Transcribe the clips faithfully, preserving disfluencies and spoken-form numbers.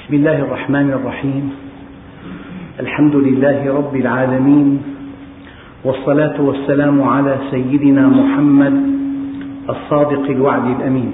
بسم الله الرحمن الرحيم. الحمد لله رب العالمين، والصلاة والسلام على سيدنا محمد الصادق الوعد الأمين.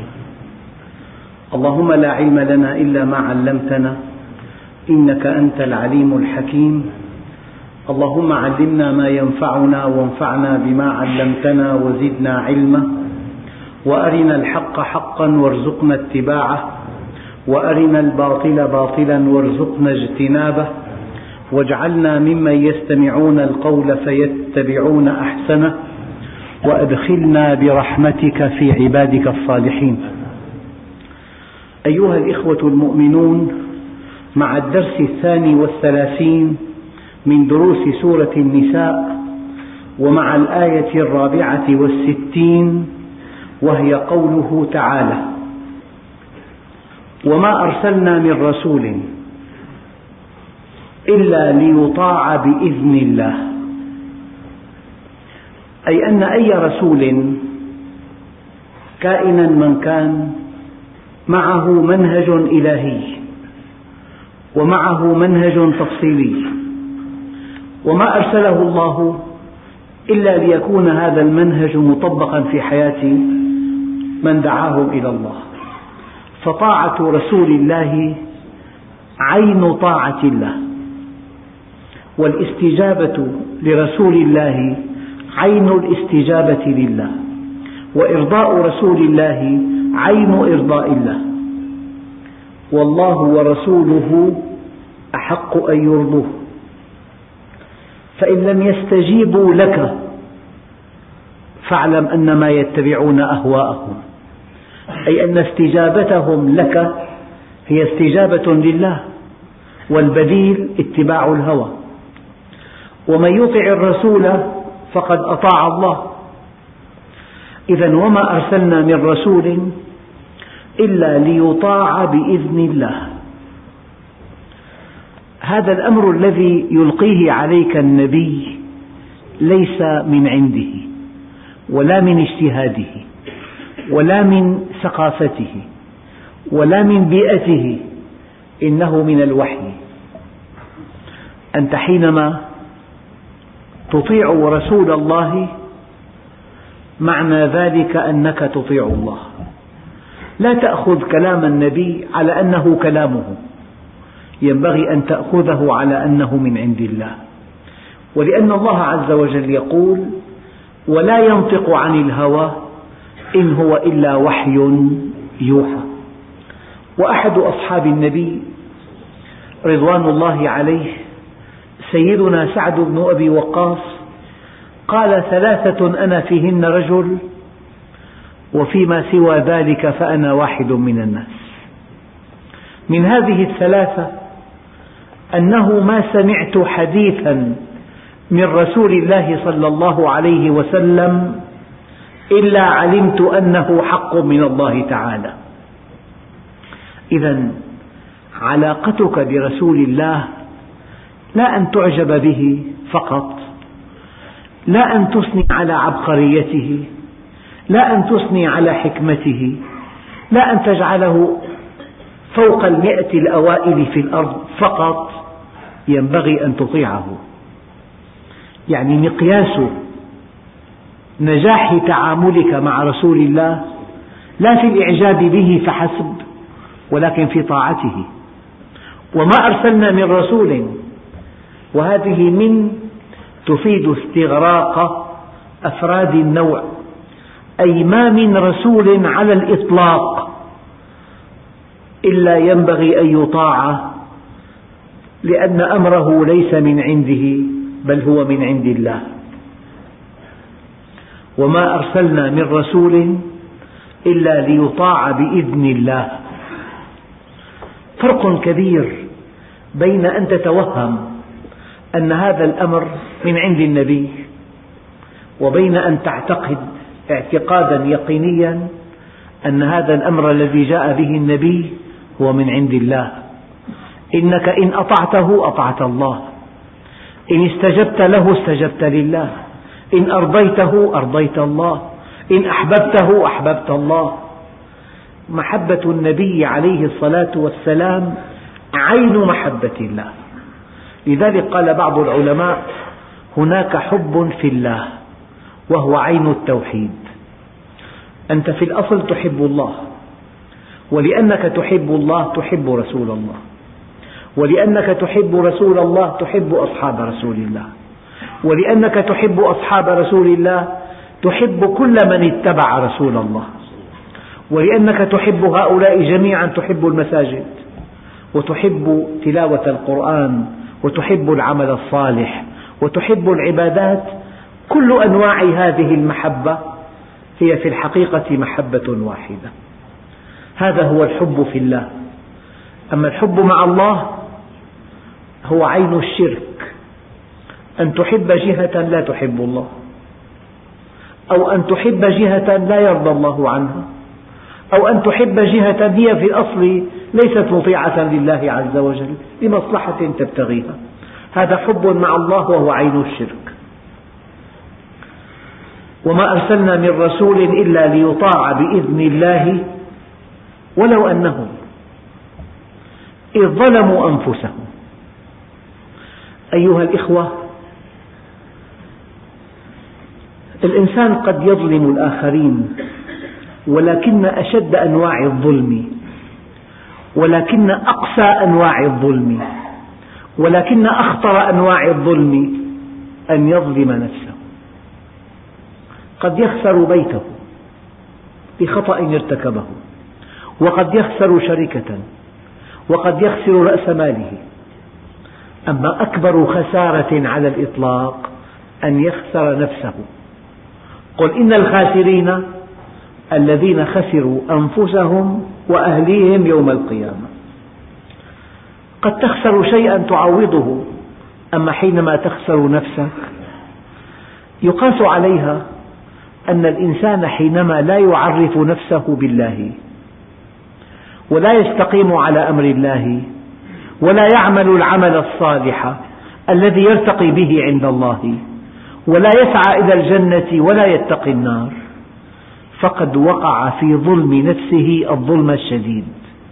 اللهم لا علم لنا إلا ما علمتنا إنك أنت العليم الحكيم. اللهم علمنا ما ينفعنا وانفعنا بما علمتنا وزدنا علما، وأرنا الحق حقا وارزقنا اتباعه، وأرنا الباطل باطلا وارزقنا اجتنابه، واجعلنا ممن يستمعون القول فيتبعون أحسنه، وأدخلنا برحمتك في عبادك الصالحين. أيها الإخوة المؤمنون، مع الدرس الثاني والثلاثين من دروس سورة النساء، ومع الآية الرابعة والستين، وهي قوله تعالى: وما أرسلنا من رسول إلا ليطاع بإذن الله، أي أن أي رسول كائنا من كان معه منهج إلهي ومعه منهج تفصيلي، وما أرسله الله إلا ليكون هذا المنهج مطبقا في حياة من دعاهم إلى الله. فطاعة رسول الله عين طاعة الله، والاستجابة لرسول الله عين الاستجابة لله، وإرضاء رسول الله عين إرضاء الله، والله ورسوله أحق أن يرضوه. فإن لم يستجيبوا لك فاعلم أنما يتبعون أهواءهم، أي أن استجابتهم لك هي استجابة لله، والبديل اتباع الهوى. ومن يطع الرسول فقد أطاع الله. إذن وما أرسلنا من رسول إلا ليطاع بإذن الله. هذا الأمر الذي يلقيه عليك النبي ليس من عنده، ولا من اجتهاده، ولا من ثقافته، ولا من بيئته، إنه من الوحي. أنت حينما تطيع رسول الله معنى ذلك أنك تطيع الله. لا تأخذ كلام النبي على أنه كلامه، ينبغي أن تأخذه على أنه من عند الله، ولأن الله عز وجل يقول: ولا ينطق عن الهوى إن هو إلا وحي يوحى. وأحد أصحاب النبي رضوان الله عليه سيدنا سعد بن أبي وقاص قال: ثلاثة أنا فيهن رجل، وفيما سوى ذلك فأنا واحد من الناس. من هذه الثلاثة أنه ما سمعت حديثا من رسول الله صلى الله عليه وسلم إلا علمت أنه حق من الله تعالى. إذن علاقتك برسول الله لا أن تعجب به فقط، لا أن تثني على عبقريته، لا أن تثني على حكمته، لا أن تجعله فوق المئة الأوائل في الأرض فقط، ينبغي أن تطيعه. يعني مقياس نجاح تعاملك مع رسول الله لا في الإعجاب به فحسب، ولكن في طاعته. وما أرسلنا من رسول، وهذه من تفيد استغراق أفراد النوع، أي ما من رسول على الإطلاق إلا ينبغي أن يطاع، لأن أمره ليس من عنده بل هو من عند الله. وما أرسلنا من رسول إلا ليطاع بإذن الله. فرق كبير بين أن تتوهم أن هذا الأمر من عند النبي، وبين أن تعتقد اعتقادا يقينيا أن هذا الأمر الذي جاء به النبي هو من عند الله. إنك إن أطعته أطعت الله، إن استجبت له استجبت لله، إن أرضيته أرضيت الله، إن أحببته أحببت الله. محبة النبي عليه الصلاة والسلام عين محبة الله. لذلك قال بعض العلماء: هناك حب في الله وهو عين التوحيد. أنت في الأصل تحب الله، ولأنك تحب الله تحب رسول الله، ولأنك تحب رسول الله تحب أصحاب رسول الله، ولأنك تحب أصحاب رسول الله تحب كل من اتبع رسول الله، ولأنك تحب هؤلاء جميعا تحب المساجد، وتحب تلاوة القرآن، وتحب العمل الصالح، وتحب العبادات. كل أنواع هذه المحبة هي في الحقيقة محبة واحدة. هذا هو الحب في الله. أما الحب مع الله هو عين الشرك، أن تحب جهة لا تحب الله، أو أن تحب جهة لا يرضى الله عنها، أو أن تحب جهة هي في الأصل ليست مطيعة لله عز وجل لمصلحة تبتغيها. هذا حب مع الله وهو عين الشرك. وما أرسلنا من رسول إلا ليطاع بإذن الله ولو أنهم إذ ظلموا أنفسهم. أيها الإخوة، الإنسان قد يظلم الآخرين، ولكن أشد أنواع الظلم، ولكن أقسى أنواع الظلم، ولكن أخطر أنواع الظلم أن يظلم نفسه. قد يخسر بيته بخطأ ارتكبه، وقد يخسر شركة، وقد يخسر رأس ماله. أما أكبر خسارة على الإطلاق أن يخسر نفسه. قل إن الخاسرين الذين خسروا أنفسهم وأهليهم يوم القيامة. قد تخسر شيئا تعوضه، أما حينما تخسر نفسك يقاس عليها أن الإنسان حينما لا يعرف نفسه بالله، ولا يستقيم على أمر الله، ولا يعمل العمل الصالح الذي يرتقي به عند الله، ولا يسعى إلى الجنة ولا يتقي النار، فقد وقع في ظلم نفسه الظلم الشديد.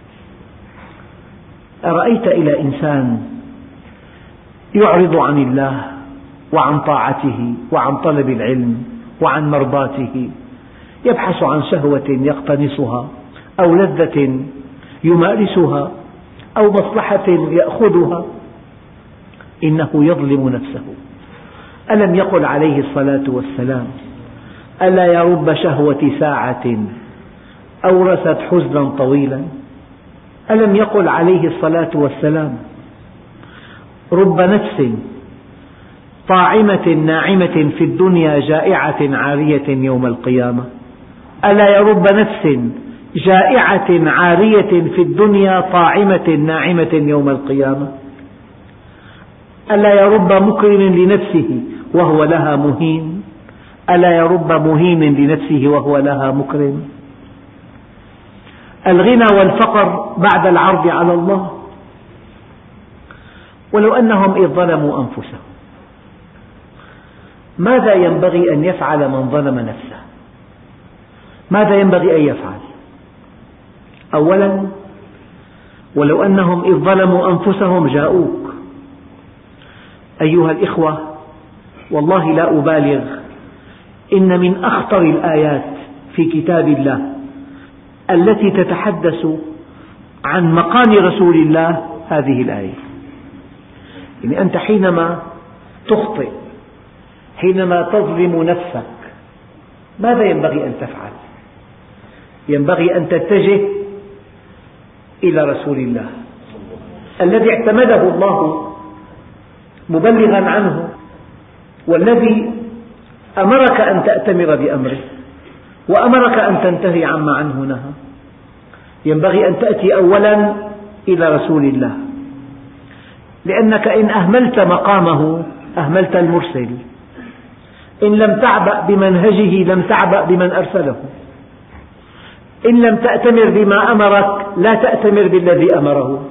أرأيت إلى إنسان يعرض عن الله وعن طاعته وعن طلب العلم وعن مرضاته، يبحث عن شهوة يقتنصها أو لذة يمارسها أو مصلحة يأخذها، إنه يظلم نفسه. ألم يقل عليه الصلاة والسلام: ألا يا رب شهوة ساعة أورثت حزنا طويلا؟ ألم يقل عليه الصلاة والسلام: رب نفس طاعمة ناعمة في الدنيا جائعة عارية يوم القيامة؟ ألا يا رب نفس جائعة عارية في الدنيا طاعمة ناعمة يوم القيامة؟ ألا يا رب مكرم لنفسه وهو لها مهين؟ ألا يا رب مهين لنفسه وهو لها مكرم؟ الغنى والفقر بعد العرض على الله. ولو أنهم إذ ظلموا أنفسهم، ماذا ينبغي أن يفعل من ظلم نفسه؟ ماذا ينبغي أن يفعل؟ أولا، ولو أنهم إذ ظلموا أنفسهم جاءوك. أيها الإخوة، والله لا أبالغ، إن من أخطر الآيات في كتاب الله التي تتحدث عن مقام رسول الله هذه الآية. يعني أنت حينما تخطئ، حينما تظلم نفسك، ماذا ينبغي أن تفعل؟ ينبغي أن تتجه إلى رسول الله الذي اعتمده الله مبلغا عنه، والذي أمرك أن تأتمر بأمره، وأمرك أن تنتهي عما عنه نهى. ينبغي أن تأتي أولا إلى رسول الله، لأنك إن أهملت مقامه أهملت المرسل. إن لم تعبأ بمنهجه لم تعبأ بمن أرسله. إن لم تأتمر بما أمرك لا تأتمر بالذي أمره.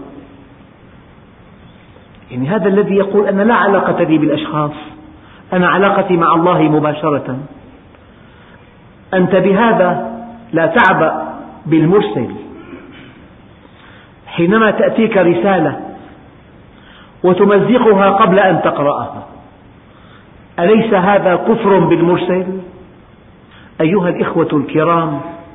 يعني هذا الذي يقول أنا لا علاقة لي بالأشخاص، أنا علاقتي مع الله مباشرة. أنت بهذا لا تعبأ بالمرسل. حينما تأتيك رسالة وتمزقها قبل أن تقرأها، أليس هذا كفر بالمرسل؟ أيها الإخوة الكرام،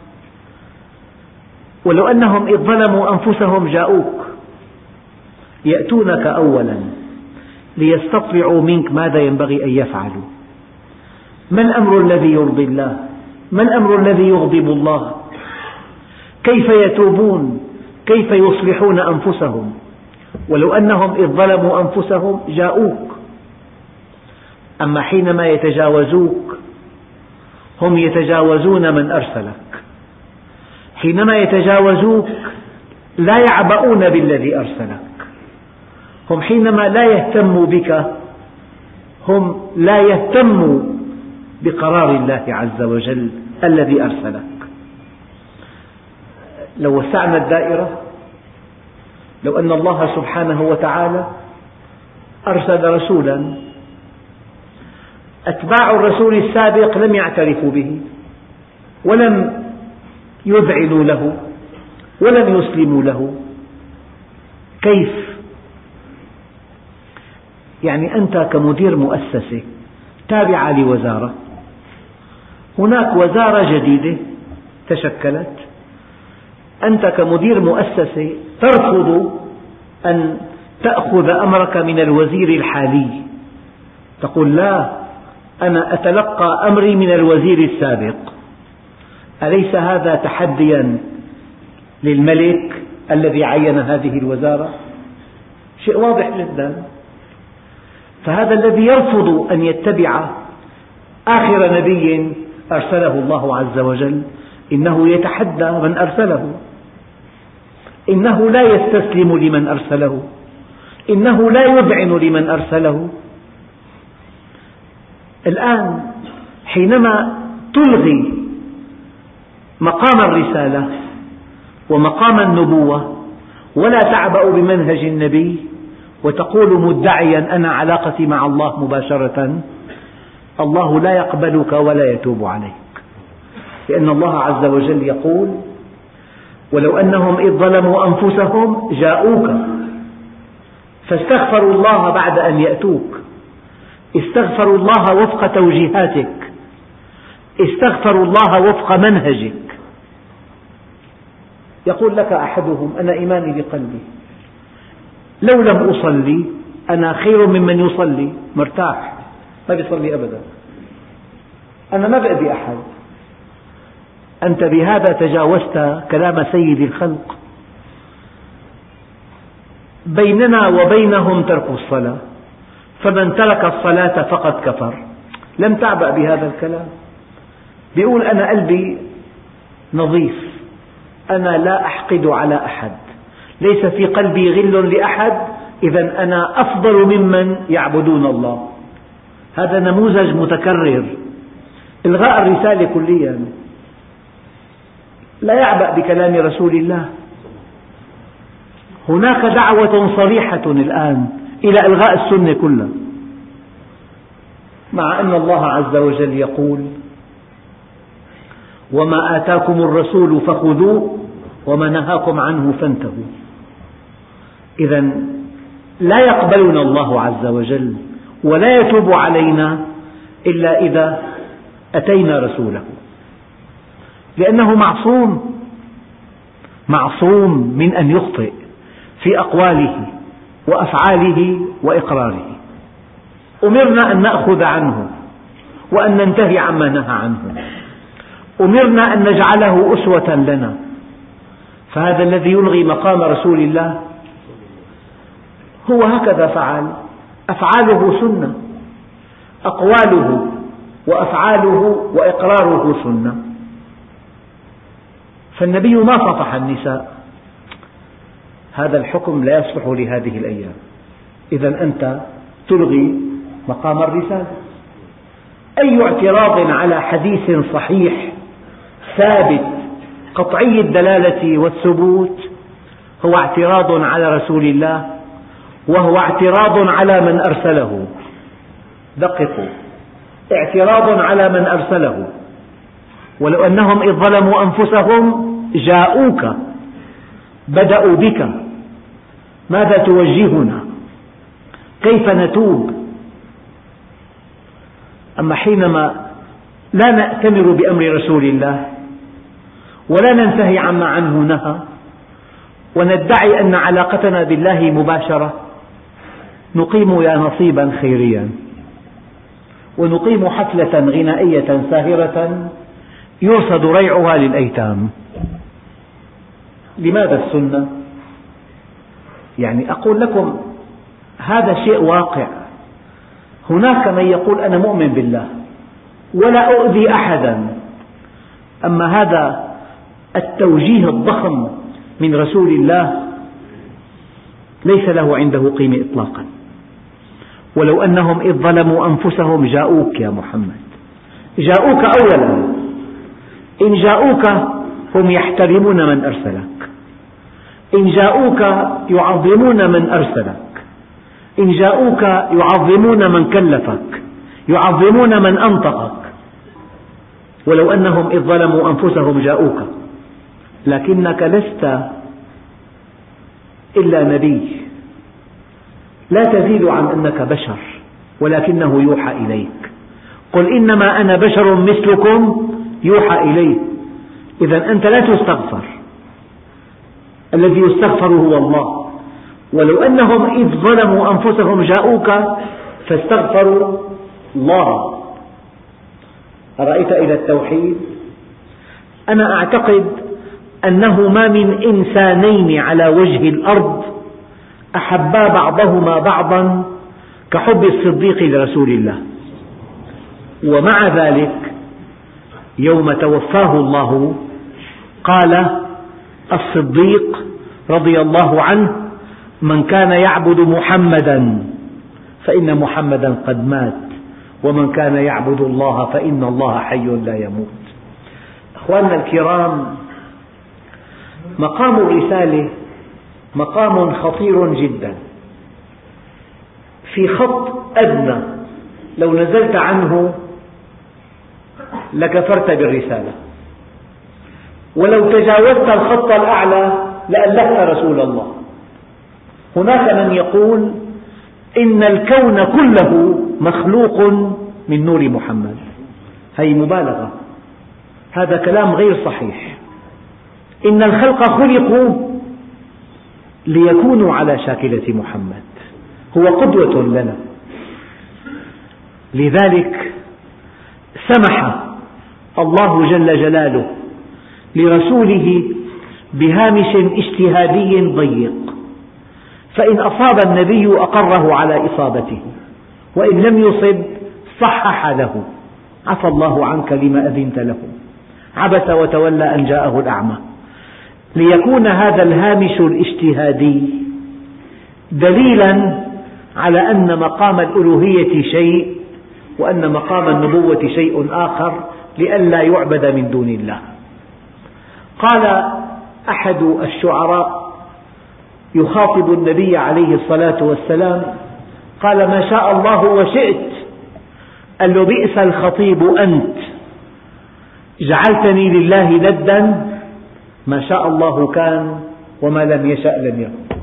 ولو أنهم إذ ظلموا أنفسهم جاءوك يأتونك أولا ليستطلعوا منك ماذا ينبغي أن يفعلوا، ما الأمر الذي يرضي الله، ما الأمر الذي يغضب الله، كيف يتوبون، كيف يصلحون أنفسهم. ولو أنهم إذ ظلموا أنفسهم جاءوك. أما حينما يتجاوزوك هم يتجاوزون من أرسلك. حينما يتجاوزوك لا يعبؤون بالذي أرسلك، هم حينما لا يهتموا بك هم لا يهتموا بقرار الله عز وجل الذي أرسلك. لو وسعنا الدائرة، لو أن الله سبحانه وتعالى أرسل رسولا، أتباع الرسول السابق لم يعترفوا به ولم يذعنوا له ولم يسلموا له، كيف؟ يعني أنت كمدير مؤسسة تابعة لوزارة، هناك وزارة جديدة تشكلت، أنت كمدير مؤسسة ترفض أن تأخذ أمرك من الوزير الحالي، تقول لا، أنا أتلقى أمري من الوزير السابق. أليس هذا تحديا للملك الذي عين هذه الوزارة؟ شيء واضح جدا. فهذا الذي يرفض أن يتبع آخر نبي أرسله الله عز وجل إنه يتحدى من أرسله، إنه لا يستسلم لمن أرسله، إنه لا يذعن لمن أرسله. الآن حينما تلغي مقام الرسالة ومقام النبوة ولا تعبأ بمنهج النبي وتقول مدعيا أنا علاقتي مع الله مباشرة، الله لا يقبلك ولا يتوب عليك، لأن الله عز وجل يقول ولو أنهم إذ ظلموا أنفسهم جاءوك فاستغفروا الله بعد أن يأتوك، استغفروا الله وفق توجيهاتك، استغفروا الله وفق منهجك. يقول لك أحدهم أنا إيماني بقلبي، لو لم أصلي أنا خير ممن يصلي، مرتاح ما بيصلي أبدا، أنا ما بأذي أحد. أنت بهذا تجاوزت كلام سيد الخلق. بيننا وبينهم ترك الصلاة، فمن ترك الصلاة فقد كفر. لم تعبأ بهذا الكلام، بيقول أنا قلبي نظيف، أنا لا أحقد على أحد، ليس في قلبي غل لأحد، إذا أنا أفضل ممن يعبدون الله. هذا نموذج متكرر، إلغاء الرسالة كليا، لا يعبأ بكلام رسول الله. هناك دعوة صريحة الآن إلى إلغاء السنة كلها، مع أن الله عز وجل يقول وما آتاكم الرسول فخذوه وما نهاكم عنه فانتهوا. إذا لا يقبلنا الله عز وجل ولا يتوب علينا إلا إذا أتينا رسوله، لأنه معصوم، معصوم من أن يخطئ في أقواله وأفعاله وإقراره. أمرنا أن نأخذ عنه وأن ننتهي عما نهى عنه، أمرنا أن نجعله أسوة لنا. فهذا الذي يلغي مقام رسول الله هو هكذا فعل، أفعاله سنة، أقواله وأفعاله وإقراره سنة. فالنبي ما صفح النساء، هذا الحكم لا يصلح لهذه الأيام. إذا أنت تلغي مقام الرسالة. أي اعتراض على حديث صحيح ثابت قطعي الدلالة والثبوت هو اعتراض على رسول الله، وهو اعتراض على من أرسله. دققوا، اعتراض على من أرسله. ولو أنهم إذ ظلموا أنفسهم جاءوك، بدأوا بك ماذا توجهنا؟ كيف نتوب؟ أما حينما لا نأتمر بأمر رسول الله ولا ننتهي عما عنه نهى وندعي أن علاقتنا بالله مباشرة، نقيم يا نصيبا خيريا، ونقيم حفلة غنائية ساهرة يرصد ريعها للأيتام. لماذا السنة؟ يعني أقول لكم هذا شيء واقع. هناك من يقول أنا مؤمن بالله ولا أؤذي أحدا، أما هذا التوجيه الضخم من رسول الله ليس له عنده قيمة إطلاقا. ولو أنهم إذ ظلموا أنفسهم جاءوك يا محمد، جاءوك أولا، إن جاءوك هم يحترمون من أرسلك، إن جاءوك يعظمون من أرسلك، إن جاءوك يعظمون من كلفك، يعظمون من أنطقك. ولو أنهم إذ ظلموا أنفسهم جاءوك، لكنك لست إلا نبي، لا تزيد عن أنك بشر، ولكنه يوحى إليك. قل إنما أنا بشر مثلكم يوحى إلي. إذا أنت لا تستغفر، الذي يستغفر هو الله. ولو أنهم إذ ظلموا أنفسهم جاءوك فاستغفروا الله. أرأيت إلى التوحيد؟ أنا أعتقد أنه ما من إنسانين على وجه الأرض أحبا بعضهما بعضا كحب الصديق لرسول الله. ومع ذلك يوم توفاه الله قال الصديق رضي الله عنه: من كان يعبد محمدا فإن محمدا قد مات، ومن كان يعبد الله فإن الله حي لا يموت. أخواننا الكرام، مقام الرسالة مقام خطير جدا، في خط أدنى لو نزلت عنه لكفرت بالرسالة، ولو تجاوزت الخط الأعلى لألفت رسول الله. هناك من يقول إن الكون كله مخلوق من نور محمد، هذه مبالغة، هذا كلام غير صحيح. إن الخلق خلقوا ليكونوا على شاكلة محمد، هو قدوة لنا. لذلك سمح الله جل جلاله لرسوله بهامش اجتهادي ضيق، فإن أصاب النبي أقره على إصابته، وإن لم يصب صحح له: عفى الله عنك لما أذنت له، عبس وتولى أن جاءه الأعمى. ليكون هذا الهامش الاجتهادي دليلا على أن مقام الألوهية شيء وأن مقام النبوة شيء آخر، لئلا يعبد من دون الله. قال أحد الشعراء يخاطب النبي عليه الصلاة والسلام، قال: ما شاء الله وشئت. قال له: بئس الخطيب أنت، جعلتني لله ندا، ما شاء الله كان وما لم يشأ لم يكن.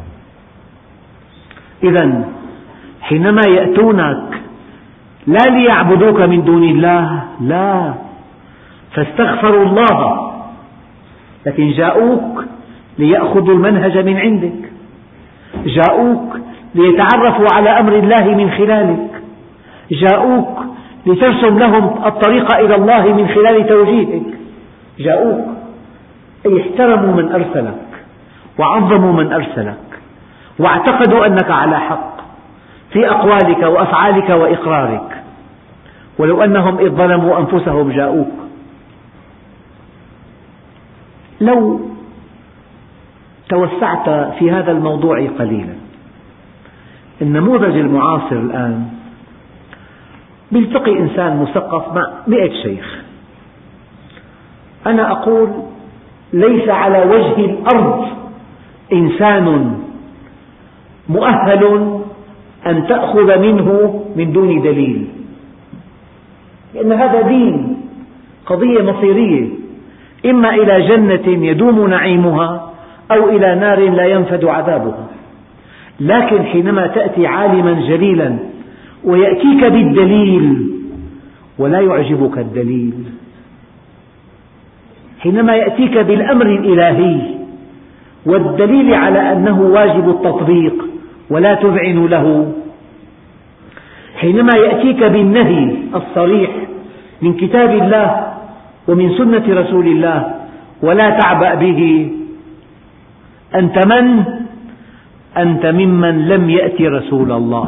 إذن حينما يأتونك لا ليعبدوك من دون الله، لا، فاستغفروا الله، لكن جاءوك ليأخذوا المنهج من عندك، جاءوك ليتعرفوا على أمر الله من خلالك، جاءوك لترسم لهم الطريق إلى الله من خلال توجيهك، جاءوك أي احترموا من أرسلك وعظموا من أرسلك واعتقدوا أنك على حق في أقوالك وأفعالك وإقرارك. ولو أنهم إذ ظلموا أنفسهم جاءوك. لو توسعت في هذا الموضوع قليلا، النموذج المعاصر الآن بيلتقي إنسان مثقف مع مئة شيخ. أنا أقول ليس على وجه الأرض إنسان مؤهل أن تأخذ منه من دون دليل، لأن هذا دين، قضية مصيرية، إما إلى جنة يدوم نعيمها أو إلى نار لا ينفد عذابها. لكن حينما تأتي عالما جليلا ويأتيك بالدليل ولا يعجبك الدليل، حينما يأتيك بالأمر الإلهي والدليل على أنه واجب التطبيق ولا تذعن له، حينما يأتيك بالنهي الصريح من كتاب الله ومن سنة رسول الله ولا تعبأ به، أنت من؟ أنت ممن لم يأتي رسول الله.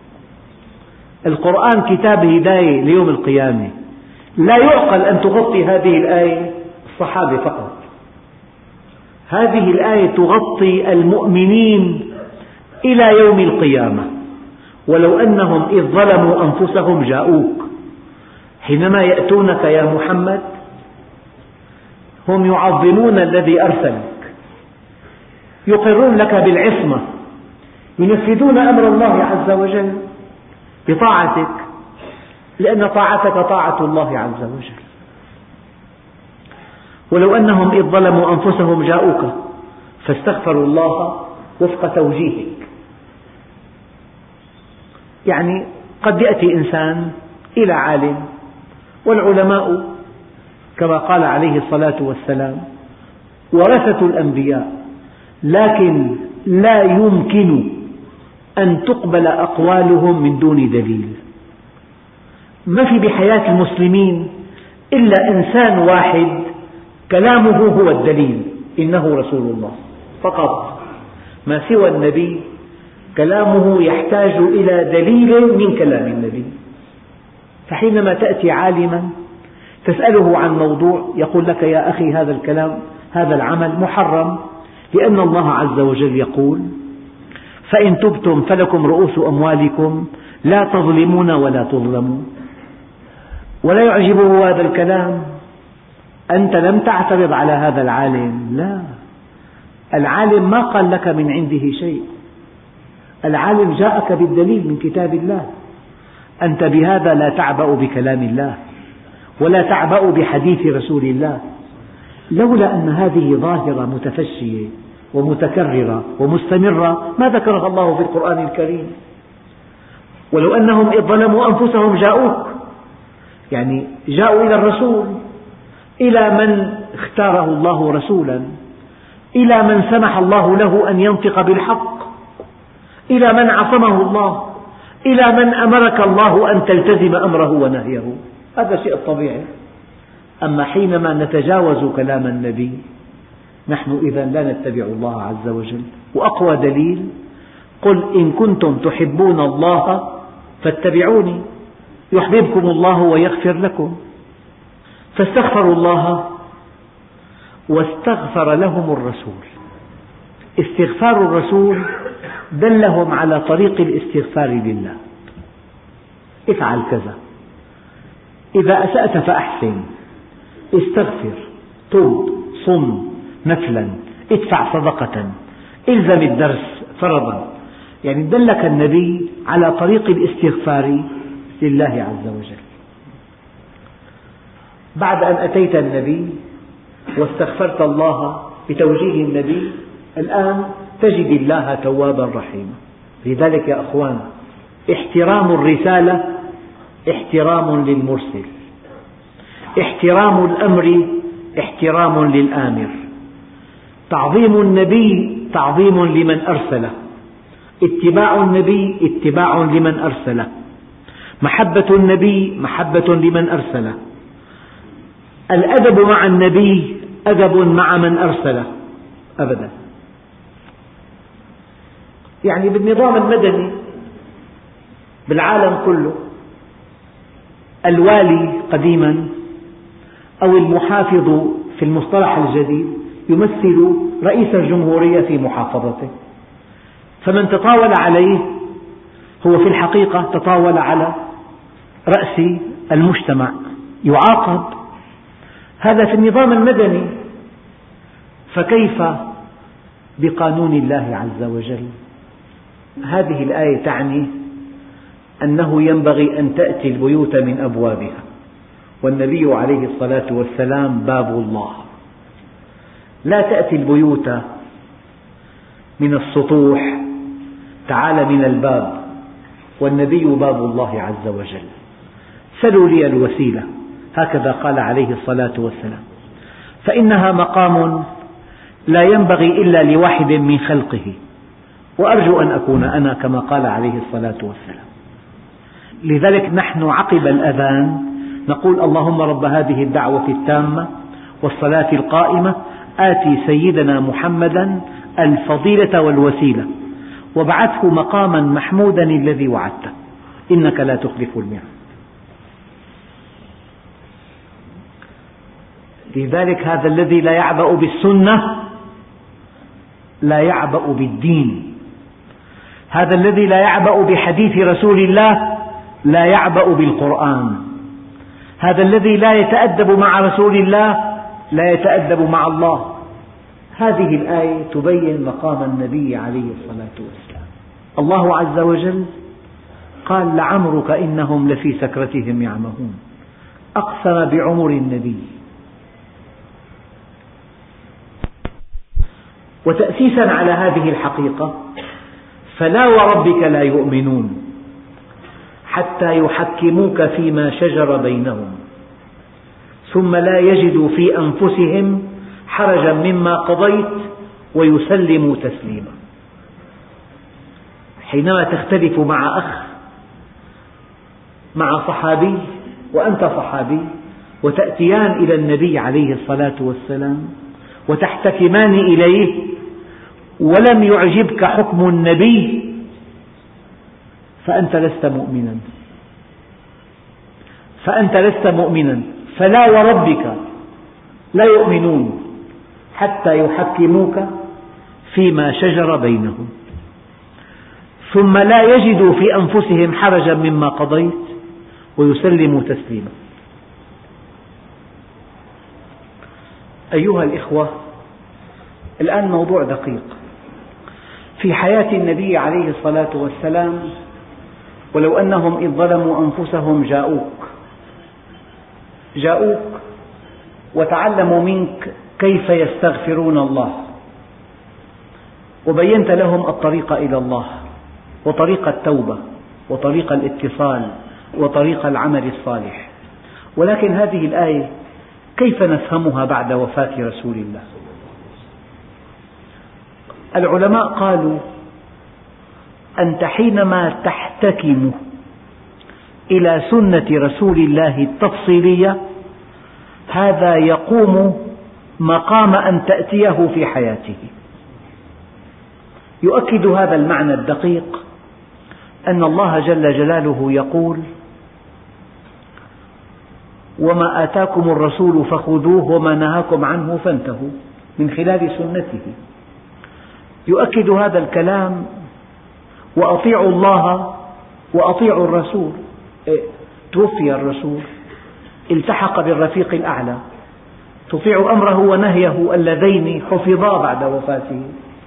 القرآن كتاب هداية ليوم القيامة، لا يعقل أن تغطي هذه الآية الصحابة فقط، هذه الآية تغطي المؤمنين إلى يوم القيامة. ولو أنهم إذ ظلموا أنفسهم جاءوك، حينما يأتونك يا محمد هم يعظمون الذي أرسلك، يقرون لك بالعصمة، ينفذون أمر الله عز وجل بطاعتك، لأن طاعتك طاعة الله عز وجل. ولو أنهم إذ ظلموا أنفسهم جاءوك فاستغفروا الله وفق توجيهك. يعني قد يأتي إنسان إلى عالم، والعلماء كما قال عليه الصلاة والسلام ورثة الأنبياء، لكن لا يمكن أن تقبل أقوالهم من دون دليل. ما في بحياة المسلمين إلا إنسان واحد كلامه هو الدليل، إنه رسول الله فقط. ما سوى النبي كلامه يحتاج إلى دليل من كلام النبي. فحينما تأتي عالما تسأله عن موضوع يقول لك يا أخي هذا الكلام هذا العمل محرم، لأن الله عز وجل يقول فإن تبتم فلكم رؤوس أموالكم لا تظلمون ولا تظلمون. ولا يعجبه هذا الكلام، أنت لم تعترض على هذا العالم، لا، العالم ما قال لك من عنده شيء، العالم جاءك بالدليل من كتاب الله. أنت بهذا لا تعبأ بكلام الله ولا تعبأ بحديث رسول الله. لولا أن هذه ظاهرة متفشية ومتكررة ومستمرة ما ذكرها الله في القرآن الكريم. ولو أنهم إذ ظلموا أنفسهم جاءوك، يعني جاءوا إلى الرسول، إلى من اختاره الله رسولا، إلى من سمح الله له أن ينطق بالحق، إلى من عصمه الله، إلى من أمرك الله أن تلتزم أمره ونهيه. هذا شيء طبيعي. أما حينما نتجاوز كلام النبي نحن إذن لا نتبع الله عز وجل. وأقوى دليل قل إن كنتم تحبون الله فاتبعوني يحببكم الله ويغفر لكم. فاستغفروا الله واستغفر لهم الرسول. استغفار الرسول دلهم على طريق الاستغفار لله. افعل كذا، إذا أسأت فأحسن، استغفر، تب، صم نفلا، ادفع صدقة، الزم الدرس فرضا. يعني دلك النبي على طريق الاستغفار لله عز وجل. بعد أن أتيت النبي واستغفرت الله بتوجيه النبي، الآن تجد الله توابا رحيما. لذلك يا أخوان احترام الرسالة احترام للمرسل، احترام الأمر احترام للآمر، تعظيم النبي تعظيم لمن أرسله، اتباع النبي اتباع لمن أرسله، محبة النبي محبة لمن أرسله، الأدب مع النبي أدب مع من أرسله أبدا. يعني بالنظام المدني بالعالم كله الوالي قديما أو المحافظ في المصطلح الجديد يمثل رئيس الجمهورية في محافظته، فمن تطاول عليه هو في الحقيقة تطاول على رأس المجتمع يعاقب. هذا في النظام المدني، فكيف بقانون الله عز وجل؟ هذه الآية تعني أنه ينبغي أن تأتي البيوت من أبوابها، والنبي عليه الصلاة والسلام باب الله. لا تأتي البيوت من السطوح تعال من الباب، والنبي باب الله عز وجل. سلوا لي الوسيلة، هكذا قال عليه الصلاة والسلام، فإنها مقام لا ينبغي إلا لواحد من خلقه، وأرجو أن أكون أنا كما قال عليه الصلاة والسلام. لذلك نحن عقب الأذان نقول: اللهم رب هذه الدعوة التامة والصلاة القائمة آتي سيدنا محمدا الفضيلة والوسيلة وابعثه مقاما محمودا الذي وعدته إنك لا تخلف الميعاد. لذلك هذا الذي لا يعبأ بالسنة لا يعبأ بالدين، هذا الذي لا يعبأ بحديث رسول الله لا يعبأ بالقرآن، هذا الذي لا يتأدب مع رسول الله لا يتأدب مع الله. هذه الآية تبين مقام النبي عليه الصلاة والسلام. الله عز وجل قال: لعمرك إنهم لفي سكرتهم يعمهون، أقسم بعمر النبي. وتأسيسا على هذه الحقيقة: فلا وربك لا يؤمنون حتى يحكموك فيما شجر بينهم ثم لا يجدوا في أنفسهم حرجا مما قضيت ويسلموا تسليما. حينما تختلف مع أخ، مع صحابي وأنت صحابي، وتأتيان إلى النبي عليه الصلاة والسلام وتحتكمان إليه ولم يعجبك حكم النبي فأنت لست مؤمنا، فأنت لست مؤمنا. فلا وربك لا يؤمنون حتى يحكموك فيما شجر بينهم ثم لا يجدوا في أنفسهم حرجا مما قضيت ويسلموا تسليما. أيها الإخوة، الآن موضوع دقيق في حياة النبي عليه الصلاة والسلام. ولو أنهم إذ ظلموا أنفسهم جاءوك جاءوك وتعلموا منك كيف يستغفرون الله، وبينت لهم الطريق إلى الله وطريق التوبة وطريق الاتصال وطريق العمل الصالح. ولكن هذه الآية كيف نفهمها بعد وفاة رسول الله؟ العلماء قالوا: أنت حينما تحتكم إلى سنة رسول الله التفصيلية هذا يقوم مقام أن تأتيه في حياته. يؤكد هذا المعنى الدقيق أن الله جل جلاله يقول: وما آتاكم الرسول فخذوه وما نهاكم عنه فانتهوا، من خلال سنته. يؤكد هذا الكلام: وأطيعوا الله وأطيعوا الرسول. توفي الرسول، التحق بالرفيق الأعلى، تطيع أمره ونهيه اللذين حفظا بعد وفاته.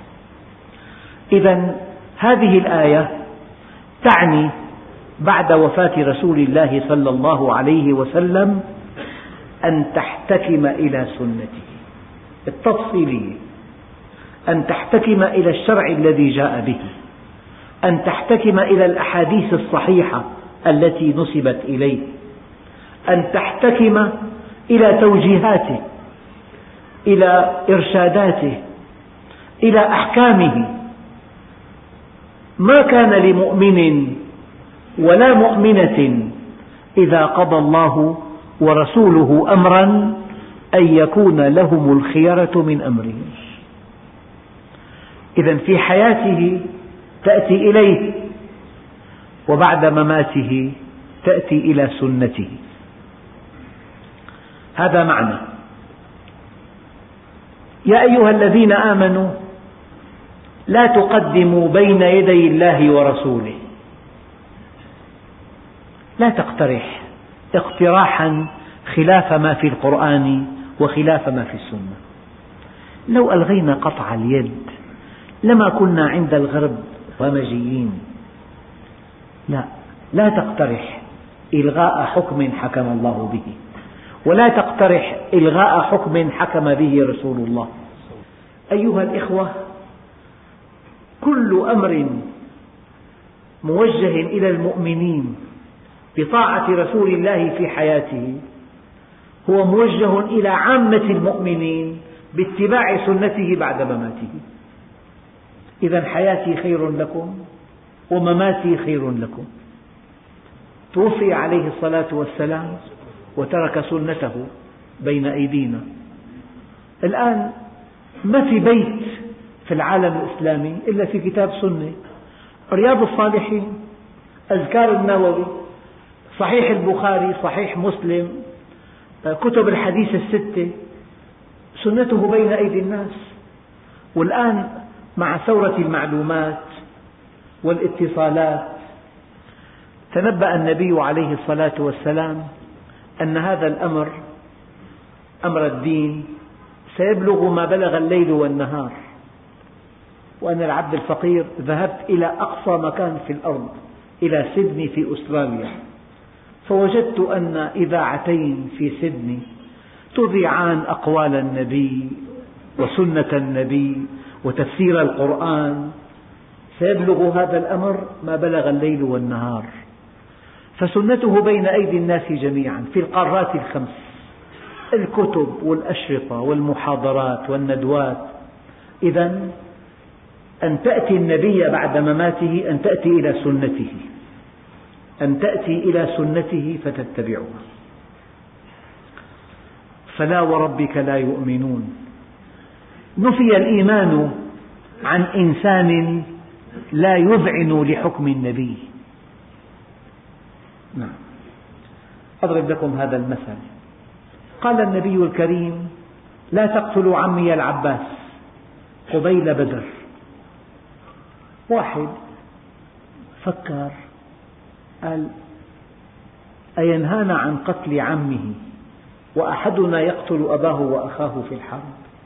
إذن هذه الآية تعني بعد وفاة رسول الله صلى الله عليه وسلم أن تحتكم إلى سنته التفصيلية، أن تحتكم إلى الشرع الذي جاء به، أن تحتكم إلى الأحاديث الصحيحة التي نسبت إليه، أن تحتكم إلى توجيهاته، إلى إرشاداته، إلى أحكامه. ما كان لمؤمن ولا مؤمنة إذا قضى الله ورسوله أمرا أن يكون لهم الخيرة من أمرهم. إذن في حياته تأتي إليه، وبعد مماته تأتي إلى سنته. هذا معنى. يا أيها الذين آمنوا لا تقدموا بين يدي الله ورسوله. لا تقترح اقتراحا خلاف ما في القرآن وخلاف ما في السنة. لو ألغينا قطع اليد لما كنا عند الغرب همجيين. لا، لا تقترح إلغاء حكم حكم الله به، ولا تقترح إلغاء حكم حكم به رسول الله. أيها الإخوة، كل أمر موجه إلى المؤمنين بطاعة رسول الله في حياته هو موجه إلى عامة المؤمنين باتباع سنته بعد مماته. إذا حياتي خير لكم ومماتي خير لكم. توفي عليه الصلاة والسلام وترك سنته بين أيدينا. الآن ما في بيت في العالم الإسلامي إلا في كتاب سنة. رياض الصالحين، أذكار النووي، صحيح البخاري، صحيح مسلم، كتب الحديث الستة، سنته بين أيدي الناس. والآن مع ثورة المعلومات والاتصالات تنبأ النبي عليه الصلاة والسلام أن هذا الأمر، أمر الدين، سيبلغ ما بلغ الليل والنهار، وأنا العبد الفقير ذهبت إلى أقصى مكان في الأرض، إلى سيدني في أستراليا، فوجدت أن إذاعتين في سيدني تذيعان أقوال النبي وسنة النبي وتفسير القرآن. سيبلغ هذا الأمر ما بلغ الليل والنهار، فسنته بين أيدي الناس جميعا في القارات الخمس، الكتب والأشرطة والمحاضرات والندوات. إذا أن تأتي النبي بعد مماته أن تأتي إلى سنته، أن تأتي إلى سنته فتتبعها. فلا وربك لا يؤمنون. نفي الإيمان عن إنسان لا يذعن لحكم النبي. نعم. أضرب لكم هذا المثل. قال النبي الكريم: لا تقتلوا عمي العباس قبيل بدر. واحد فكر قال: أينهانا عن قتل عمه وأحدنا يقتل أباه وأخاه في الحرب؟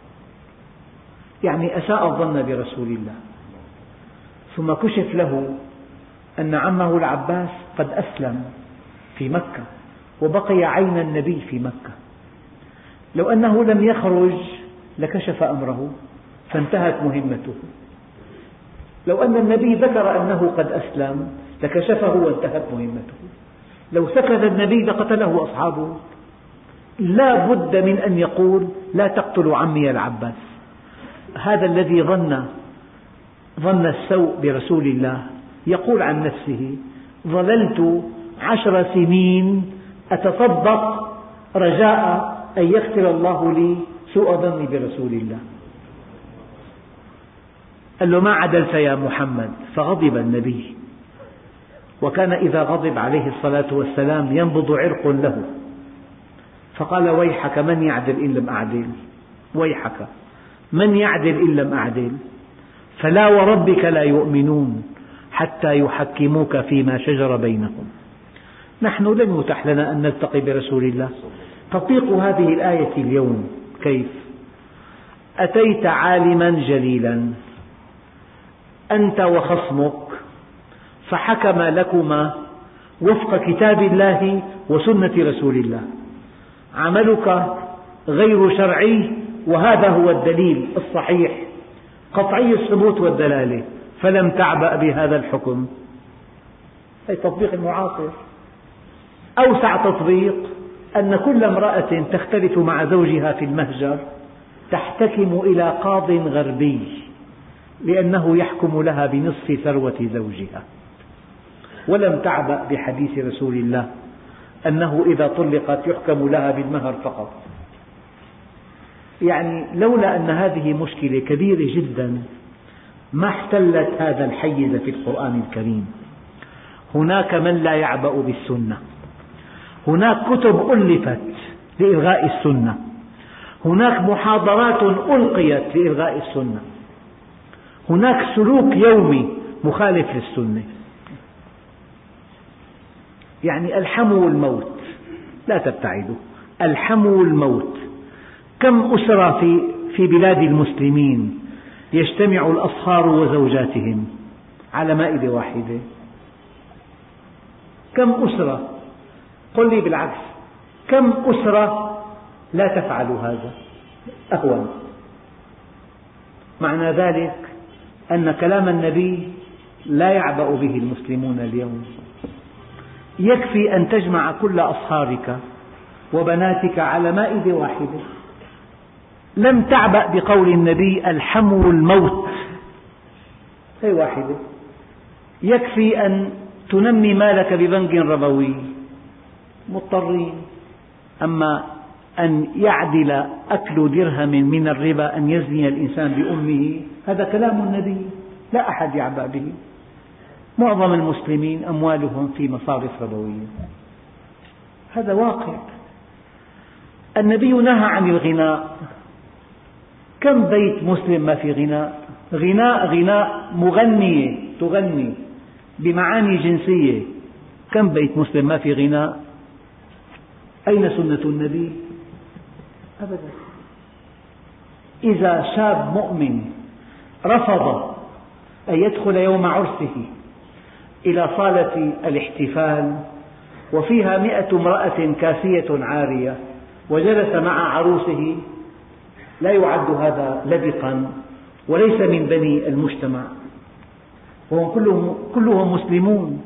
يعني أساء الظن برسول الله. ثم كشف له أن عمه العباس قد أسلم في مكة وبقي عين النبي في مكة. لو أنه لم يخرج لكشف أمره فانتهت مهمته. لو أن النبي ذكر أنه قد أسلم لكشفه وانتهت مهمته. لو سكت النبي لقتله أصحابه. لا بد من أن يقول: لا تقتلوا عمي العباس. هذا الذي ظن ظن السوء برسول الله يقول عن نفسه: ظللت عشر سنين أتصدق رجاء أن يغفر الله لي سوء ظني برسول الله. قال له: ما عدلت يا محمد. فغضب النبي، وكان إذا غضب عليه الصلاة والسلام ينبض عرق له، فقال: ويحك من يعدل إن لم أعدل، ويحك من يعدل إن لم أعدل. فلا وربك لا يؤمنون حتى يحكموك فيما شجر بينهم. نحن لن يتح لنا أن نلتقي برسول الله. تطبيق هذه الآية اليوم كيف؟ أتيت عالما جليلا أنت وخصمك فحكم لكما وفق كتاب الله وسنة رسول الله. عملك غير شرعي، وهذا هو الدليل الصحيح قطعي الثبوت والدلالة، فلم تعبأ بهذا الحكم. أي تطبيق المعاصر. أوسع تطبيق أن كل امرأة تختلف مع زوجها في المهجر تحتكم إلى قاض غربي لأنه يحكم لها بنصف ثروة زوجها، ولم تعبأ بحديث رسول الله أنه إذا طلقت يحكم لها بالمهر فقط. يعني لولا أن هذه مشكلة كبيرة جدا ما احتلت هذا الحيز في القرآن الكريم. هناك من لا يعبأ بالسنة، هناك كتب ألفت لإلغاء السنة، هناك محاضرات ألقيت لإلغاء السنة، هناك سلوك يومي مخالف للسنة. يعني الحم والموت لا تبتعدوا، الحم والموت. كم أسرة في في بلاد المسلمين يجتمع الأصهار وزوجاتهم على مائدة واحدة؟ كم أسرة؟ قل لي بالعكس، كم أسرة لا تفعل هذا؟ أهون. معنى ذلك أن كلام النبي لا يعبأ به المسلمون اليوم. يكفي أن تجمع كل أصهارك وبناتك على مائدة واحدة. لم تعبأ بقول النبي الحمو الموت، هي واحدة. يكفي أن تنمي مالك ببنك ربوي، مضطرين. أما أن يعدل أكل درهم من الربا أن يزني الإنسان بأمه، هذا كلام النبي لا أحد يعبأ به. معظم المسلمين أموالهم في مصارف ربوية، هذا واقع. النبي نهى عن الغناء. كم بيت مسلم ما في غناء؟ غناء غناء مغنية تغني بمعاني جنسية. كم بيت مسلم ما في غناء؟ أين سنة النبي؟ أبدا. إذا شاب مؤمن رفض أن يدخل يوم عرسه إلى صالة الاحتفال وفيها مئة امرأة كاسية عارية وجلس مع عروسه، لا يعد هذا لبقا وليس من بني المجتمع، وهم كلهم, كلهم مسلمون.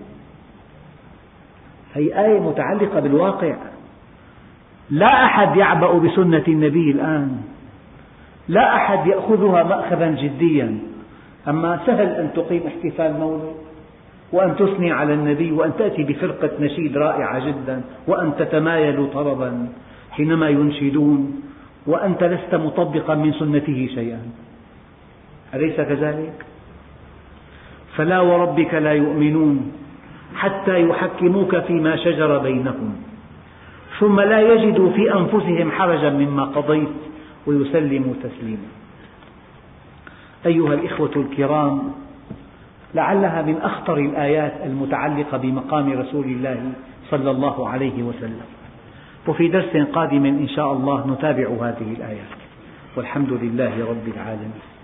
هذه آية متعلقة بالواقع. لا أحد يعبأ بسنة النبي الآن، لا أحد يأخذها مأخذا جديا. أما سهل أن تقيم احتفال مولد وأن تثني على النبي وأن تأتي بفرقة نشيد رائعة جدا وأن تتمايل طربا حينما ينشدون وأنت لست مطبقا من سنته شيئا، أليس كذلك؟ فلا وربك لا يؤمنون حتى يحكموك فيما شجر بينهم ثم لا يجدوا في أنفسهم حرجا مما قضيت ويسلموا تسليما. أيها الإخوة الكرام، لعلها من أخطر الآيات المتعلقة بمقام رسول الله صلى الله عليه وسلم. وفي درس قادم إن شاء الله نتابع هذه الآيات، والحمد لله رب العالمين.